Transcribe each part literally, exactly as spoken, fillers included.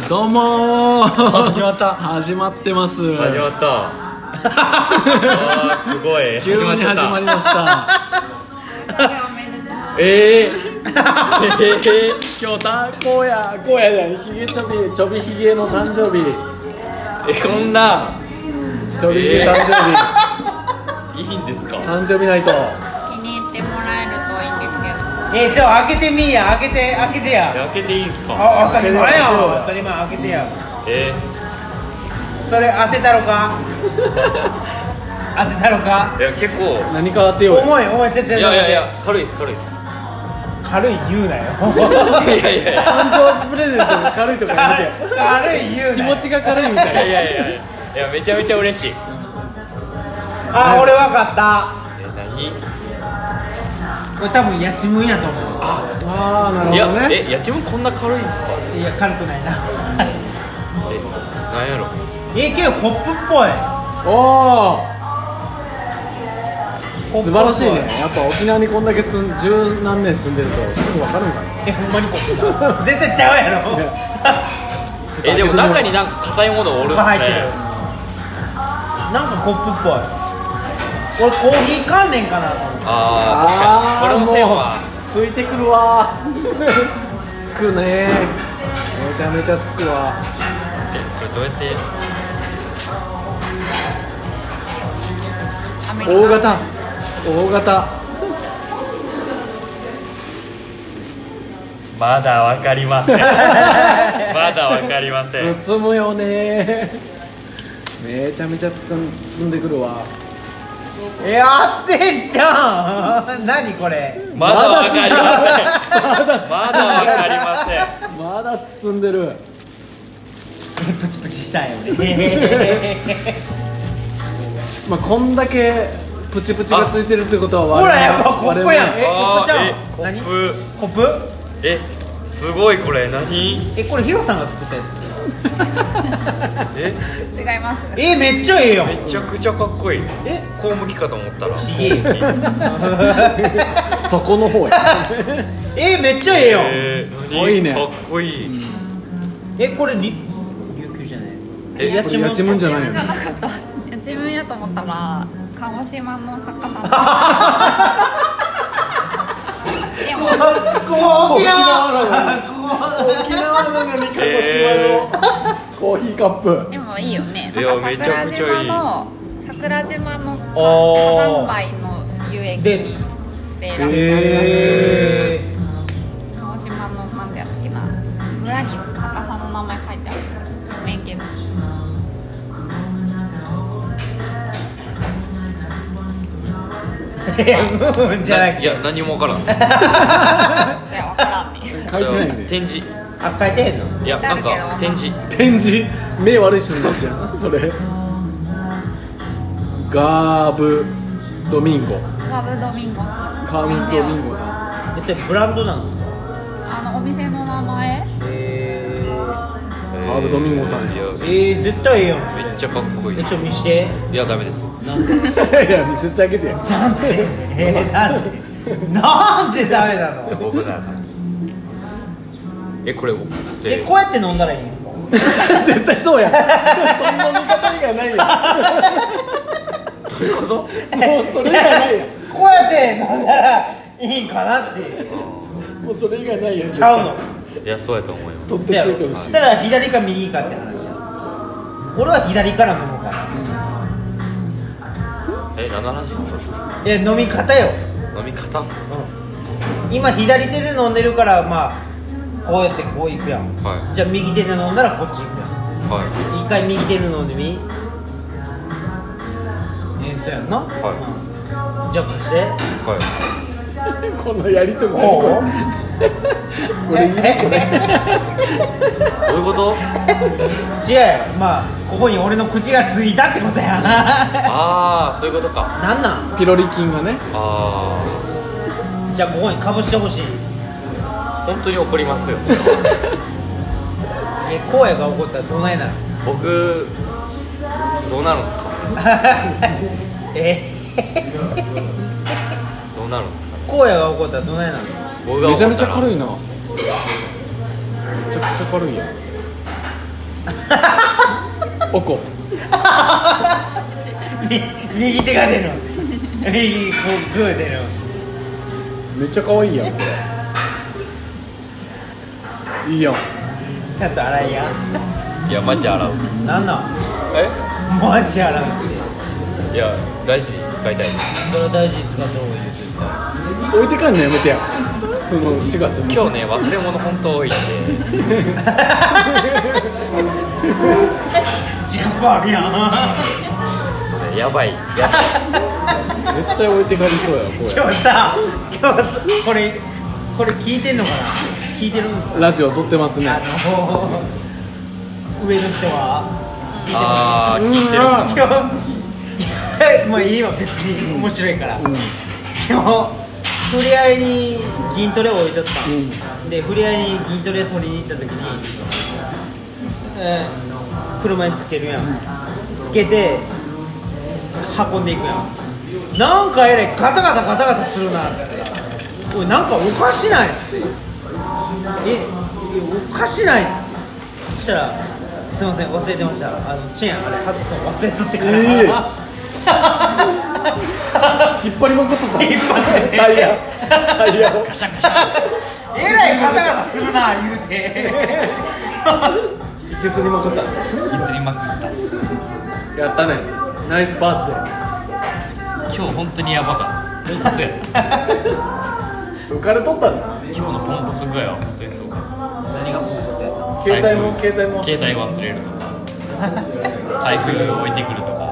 どうもー始まった始まってます。 始まったあーすごい急に始まりましたえー、えー、 今日たこうやこうやでひげちょびちょびひげの誕生日えこんなちょびひげ誕生日、 いいんですか？ 誕生日ナイト気に入ってもらえるといいんですけど。 えー、ちょ開けてみーや開けて開けてや開けていいんすか？ あ当たり前や開けてよ当たり前開けてやえそれ当てたろか当てたろかー、いや結構何か当てようよ。 重い重いちょちょいやいやいや軽いです軽いです軽い言うなよいやいやいや誕生日プレゼントが軽いとかやめてよ。 軽い言うなよ気持ちが軽いみたいな。 いやいやいやいやめちゃめちゃ嬉しい。 あ俺わかったえ何？ これ多分やちむんやと思うああなるいやほどね。 えやちむこんな軽いんですか？ いや軽くないなえなんやろ？ えけどコップっぽいおお素晴らしいね。やっぱ沖縄にこんだけ住ん十何年住んでるとすぐ分かるんかな。 えほんまにコップだ絶対ちゃうやろちょっとえでも開けてみよう中になんか硬いものおるっす入ってるね。 なんかコップっぽい俺コーヒー関連かなと思ってああ確かにこれも線はついてくるわつくねめちゃめちゃつくわ。 えこれどうやってアメリカ大型大型まだわかりませんまだわかりません。 包むよねめちゃめちゃつかん包んでくるわ。 えやってんじゃん何これまだわかりませんまだわかりません。 まだ包んでる。 プチプチしたんよねまあこんだけプチプチがついてるってことはほらやっぱコップやん我々 えコップちゃんえコ何ップコップえすごいこれ何？ えこれヒロさんが作ったやつですえ違います。 えめっちゃええやんめちゃくちゃかっこいい。えこう向きかと思ったらちげえそこの方やえめっちゃええやんえー、 かっこいいねかっこいい。 えこれり琉球じゃないえこれやちむんじゃないよね。 じゃなかった。いや自分やと思ったら鹿児島の作家さん。でもここ沖縄なのに沖縄なのに鹿児島のコーヒーカップ。 でもいいよね。 いやなんかめちゃくちゃいい桜島の桜島のおー火山灰の有益でにしていらっしゃる。 へ鹿児島のなんでやったっけな村に作家さんの名前書いてある。名言。 えうんじゃなくていや何もわからん。 いやわからんね。 書いてないね。 展示あ書いてへんのいやなんか展示展示目悪い人のやつやなそれ。ガーブドミンゴガブドミンゴさん。 カービンドミンゴさん。 えそれブランドなんですかあのお店の名前。 えカーブドミンゴさんやいやー、えー、絶対ええやんそれめっちゃかっこいい。 えちょ見していやダメです。 なんでいや見せてあげてよ。 なんでえー、なんでなんでダメなの僕ならえこれ僕えこうやって飲んだらいいんですか絶対そうやそんな見方以外ないやどういうこと？ もうそれ以外ないやこうやって飲んだらいいかなっていうもうそれ以外ないやちゃうのいやそうやと思います。 取ってついてるし。 ただ左か右かって話や俺は左から飲むからえ何の話ですか？ いや飲み方よ、 飲み方？ うん、今左手で飲んでるからまあこうやってこういくやん、 はじゃあ右手で飲んだらこっち行くやんいはい一回右手で飲んでみえー、そうやんな、 はうんじゃあ貸してはこのやりとりこうこれいいねこれい。どういうこと？ 違うよまあここに俺の口がついたってことやなああそういうことか。 なんなんピロリ菌がね。 あじゃあここにかぶしてほしいあ本当に怒りますよ。 え荒野が起こったらどないなる僕どうなるんですか？ えどうなるんですか？ 荒野が起こったらどないなる僕がめちゃめちゃ軽い。 いな。めちゃくちゃ軽いやん。 おこみ右手が出るの右こうグー出るのめっちゃ可愛いやんこれいいやんちゃんと洗いやいやマジ洗う。 なんなんえマジ洗ういや大事に使いたい。 それは大事に使った方がいいよ絶対置いてかんのやめてやそのしがつに今日ね忘れ物本当多いんでジャンプあるやんやばいや絶対置いてかりそうやこ今日さ今日さこれこれ聞いてんのかな聞いてるんですかれラジオ撮ってますねあの上の人はあー聞いてる今日もういいわ別に面白いから、 うん今日ふれあいに銀トレ置いとった、 うんん、でふれあいに銀トレ取りに行った時に、えー、車につけるやん、つけて運んでいくやんなんかえらいガタガタガタガタするなっておいなんかおかしないってえおかしないってそしたらすいません忘れてましたあのチェーンあれ外すの忘れとってから、 えー引っ張りまくっとった引っ張っててタイヤタイヤをカシャカシャえらいガタガタするな言うて削りまくった削りまくったやったねナイスバースデ今日本当にやばかったポンコツやったー浮かれとったんだ今日のポンコツ具合は本当にそうか何がポンコツやった携帯も携帯も携帯忘れるとか財布置いてくるとか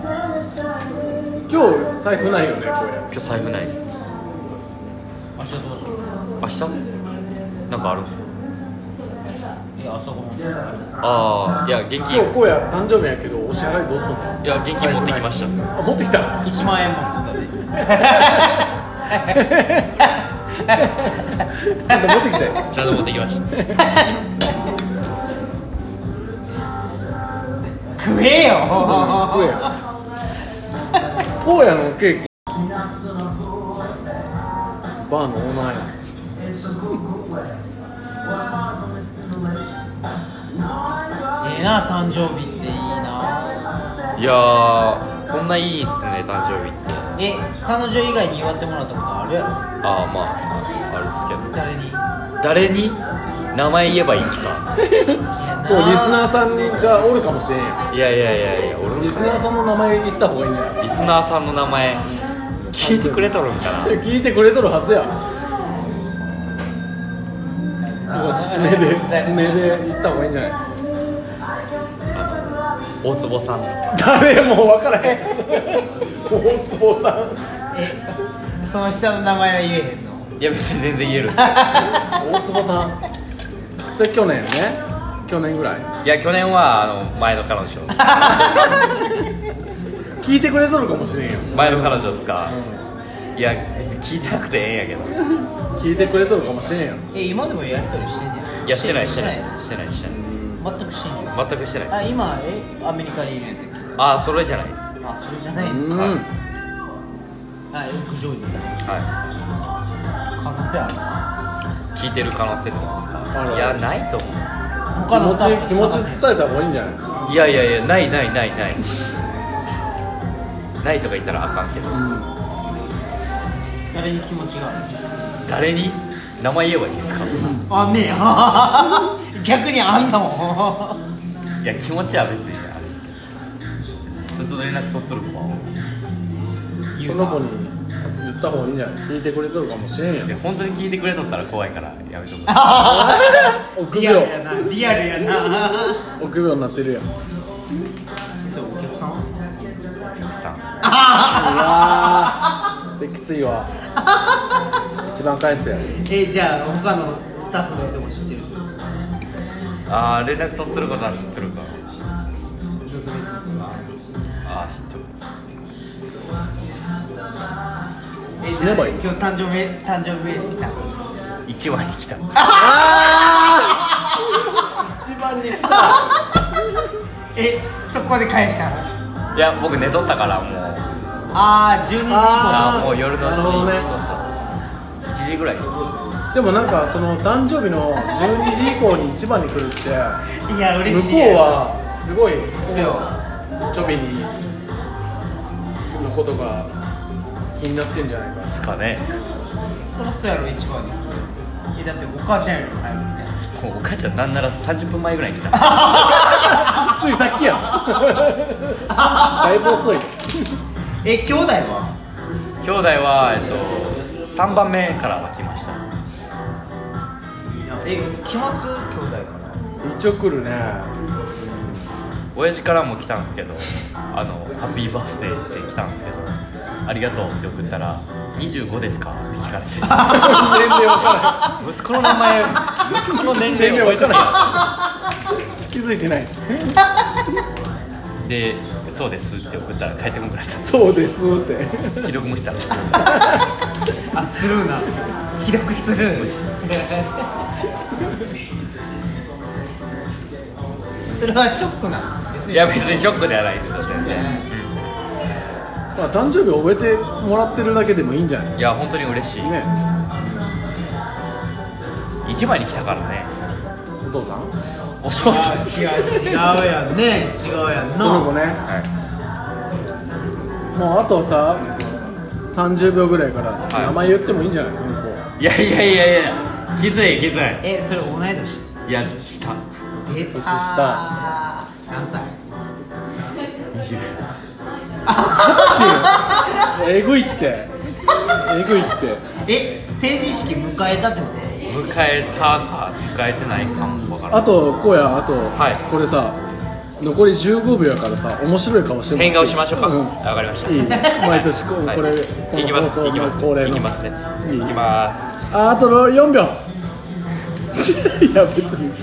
今日財布ないよねこ今日財布ないです明日どうする明日なんかあるんですかいやあそこのああいや現れ金今日こうや誕生日やけどお支払いどうすんのいや現金持ってきましたあ持ってきたいちまん円持ってたでちゃんと持ってきたよちゃんと持ってきました食えよこうやこうやのケーキバーのオーナーやええな誕生日っていいないやーこんないいんすね誕生日ってえ彼女以外に祝ってもらったことあるやろああまああるんです誰にけど誰に名前言えばいいんですかこうリスナーさんがおるかもしれんやんいやいやいやいや俺もリスナーさんの名前言った方がいいんじゃないリスナーさんの名前聞いてくれとるんかな聞いてくれとるはずやなんか実名で実名で言った方がいいんじゃない大坪さんとか誰も分からへん大坪さんえその下の名前は言えへんのいや別に全然言える大坪さんそれ去年ね去年ぐらいいや去年はあの前の彼女聞いてくれとるかもしれんよ前の彼女ですか、いや別に聞いてなくてええんやけど聞いてくれとるかもしれんよえ今でもやりとりしてんねんいやしてないしてないしてないしてない全くしてんねん全くしてないあ今えアメリカにいるんやったっけああそれじゃないですあそれじゃないうんはいあ屋上には可能性あるい聞いてる可能性ってことですかあるいやないと思う気持ち気持ち伝えた方がいいんじゃないいやいやいやないないないないないとか言ったらあかんけど誰に気持ちがある誰に名前言えばいいですかあんねや逆にあんだもんいや気持ちは別にあれずっと連絡取っとる子はその子に言った方がいいんじゃない聞いてくれとるかもしれんやんいや本当に聞いてくれとったら怖いからやめとく臆リアル病やなリアルやな臆病になってるやんそうお客さんさんうわーそれきついわ一番かいやつやえじゃあ他のスタッフの人も知ってるってことああ連絡取っとることは知ってるかああ知ってるえ死ねばいい今日誕生日誕生日メール来たいちわに来た一番に来たえそこで返したのいや僕寝とったからもうああじゅうにじ以降ああーもう夜のなるほどねいちじぐらいでもなんかその誕生日のじゅうにじ以降に一番に来るっていや向嬉しいこうはすごい強ちょびにのことが気になってんじゃないかですかね。 そろそろやろ一番にえだってお母ちゃんよりも早くみたいなもうお母ちゃんなんならさんじゅっぷんまえぐらいに来た。 ついさっきやんだいぶ遅い。 え兄弟は兄弟は、えっと、さんばんめから来ました。 え来ます兄弟から一応来るね。 親父からも来たんですけど、あのハッピーバースデーって来たんですけど、ありがとうって送ったらにじゅうごですかって聞かれて年齢わから息子の名前息子の年齢を覚えてない気づいてない。 で、そうですって送ったら帰ってこなくなっそうですってた。既読無視された。 あスルーな既読スルーそれはショックなのいや別にショックではないですよ全然。 まあ誕生日覚えてもらってるだけでもいいんじゃないいや本当に嬉しいね。 一番に来たからね。 お父さんお父さん違う違うやんね違うやんなその子ね、もうあとささんじゅうびょうぐらいからい名前言ってもいいんじゃないその子。 いやいやいやいや気づい気づいえそれ同い年いやしたえ年下あー何歳にじゅう二十歳えぐいってえぐいってえ成人式迎えたってこと迎えたか迎えてないかもわからない。 あとこうやあと、 はいこれさ残りじゅうごびょうやからさ面白い顔してもらって変顔しましょうか。 うんわかりました。 いい毎年こ,、 はいこれこいきますの放送いきますの恒例のいきますねいいいきます。 ああとよんびょういや別に